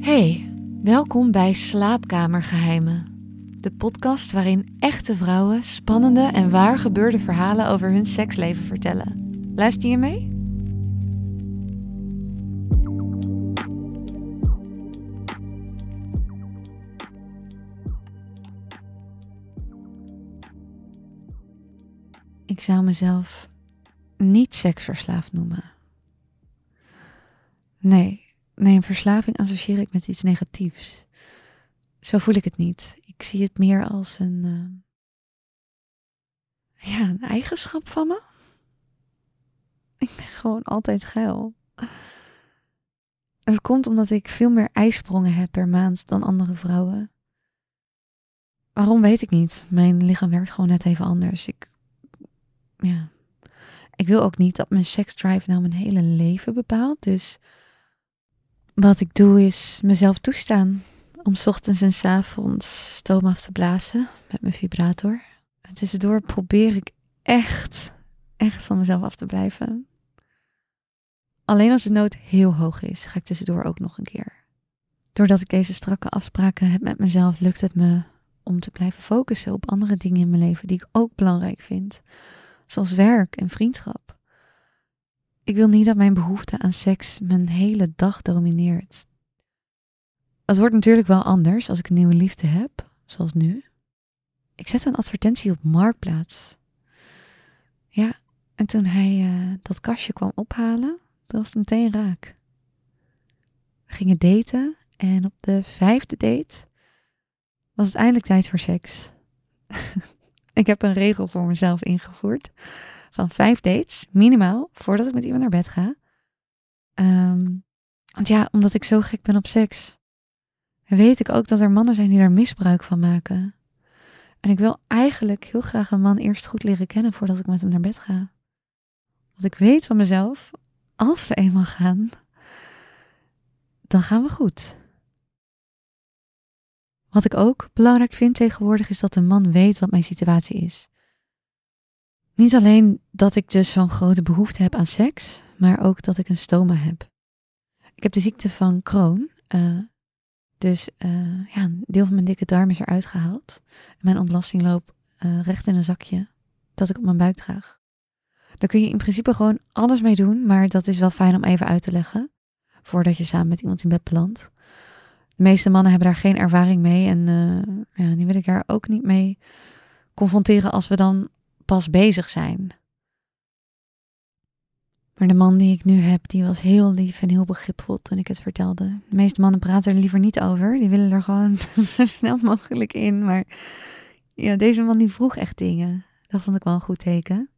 Hey, welkom bij Slaapkamergeheimen. De podcast waarin echte vrouwen spannende en waar gebeurde verhalen over hun seksleven vertellen. Luister je mee? Ik zou mezelf niet seksverslaafd noemen. Nee, een verslaving associeer ik met iets negatiefs. Zo voel ik het niet. Ik zie het meer als een eigenschap van me. Ik ben gewoon altijd geil. Het komt omdat ik veel meer ijsprongen heb per maand dan andere vrouwen. Waarom weet ik niet. Mijn lichaam werkt gewoon net even anders. Ik wil ook niet dat mijn seksdrive nou mijn hele leven bepaalt. Dus wat ik doe is mezelf toestaan om 's ochtends en 's avonds stoom af te blazen met mijn vibrator. En tussendoor probeer ik echt van mezelf af te blijven. Alleen als de nood heel hoog is, ga ik tussendoor ook nog een keer. Doordat ik deze strakke afspraken heb met mezelf, lukt het me om te blijven focussen op andere dingen in mijn leven die ik ook belangrijk vind. Zoals werk en vriendschap. Ik wil niet dat mijn behoefte aan seks mijn hele dag domineert. Het wordt natuurlijk wel anders als ik een nieuwe liefde heb, zoals nu. Ik zette een advertentie op Marktplaats. Ja, en toen hij dat kastje kwam ophalen, toen was het meteen raak. We gingen daten en op de 5e date was het eindelijk tijd voor seks. Ik heb een regel voor mezelf ingevoerd van 5 dates, minimaal, voordat ik met iemand naar bed ga. Omdat ik zo gek ben op seks, weet ik ook dat er mannen zijn die daar misbruik van maken. En ik wil eigenlijk heel graag een man eerst goed leren kennen voordat ik met hem naar bed ga. Want ik weet van mezelf, als we eenmaal gaan, dan gaan we goed. Wat ik ook belangrijk vind tegenwoordig is dat een man weet wat mijn situatie is. Niet alleen dat ik dus zo'n grote behoefte heb aan seks, maar ook dat ik een stoma heb. Ik heb de ziekte van Crohn. Een deel van mijn dikke darm is eruit gehaald. Mijn ontlasting loopt recht in een zakje dat ik op mijn buik draag. Daar kun je in principe gewoon alles mee doen, maar dat is wel fijn om even uit te leggen. Voordat je samen met iemand in bed belandt. De meeste mannen hebben daar geen ervaring mee en die wil ik daar ook niet mee confronteren als we dan pas bezig zijn. Maar de man die ik nu heb, die was heel lief en heel begripvol toen ik het vertelde. De meeste mannen praten er liever niet over. Die willen er gewoon zo snel mogelijk in. Maar ja, deze man die vroeg echt dingen. Dat vond ik wel een goed teken.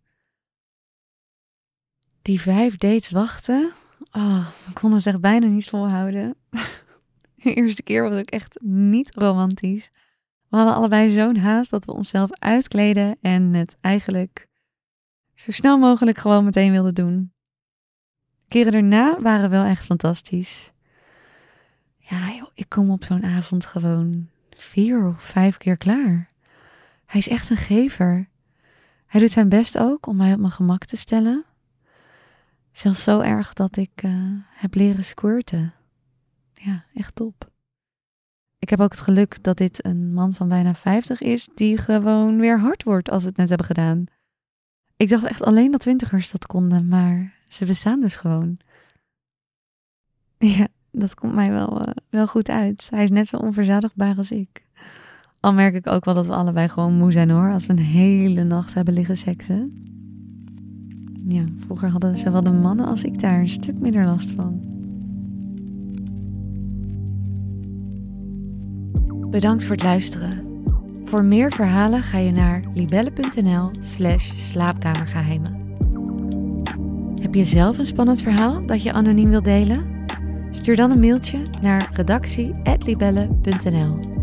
Die 5 dates wachten. Ik kon het echt bijna niet volhouden. De eerste keer was ook echt niet romantisch. We hadden allebei zo'n haast dat we onszelf uitkleden en het eigenlijk zo snel mogelijk gewoon meteen wilden doen. De keren daarna waren wel echt fantastisch. Ja, joh, ik kom op zo'n avond gewoon 4 of 5 keer klaar. Hij is echt een gever. Hij doet zijn best ook om mij op mijn gemak te stellen. Zelfs zo erg dat ik heb leren squirten. Ja, echt top. Ik heb ook het geluk dat dit een man van bijna 50 is die gewoon weer hard wordt als we het net hebben gedaan. Ik dacht echt alleen dat 20ers dat konden, maar ze bestaan dus gewoon. Ja, dat komt mij wel goed uit. Hij is net zo onverzadigbaar als ik. Al merk ik ook wel dat we allebei gewoon moe zijn hoor, als we een hele nacht hebben liggen seksen. Ja, vroeger hadden zowel de mannen als ik daar een stuk minder last van. Bedankt voor het luisteren. Voor meer verhalen ga je naar libelle.nl/slaapkamergeheimen. Heb je zelf een spannend verhaal dat je anoniem wilt delen? Stuur dan een mailtje naar redactie@libelle.nl.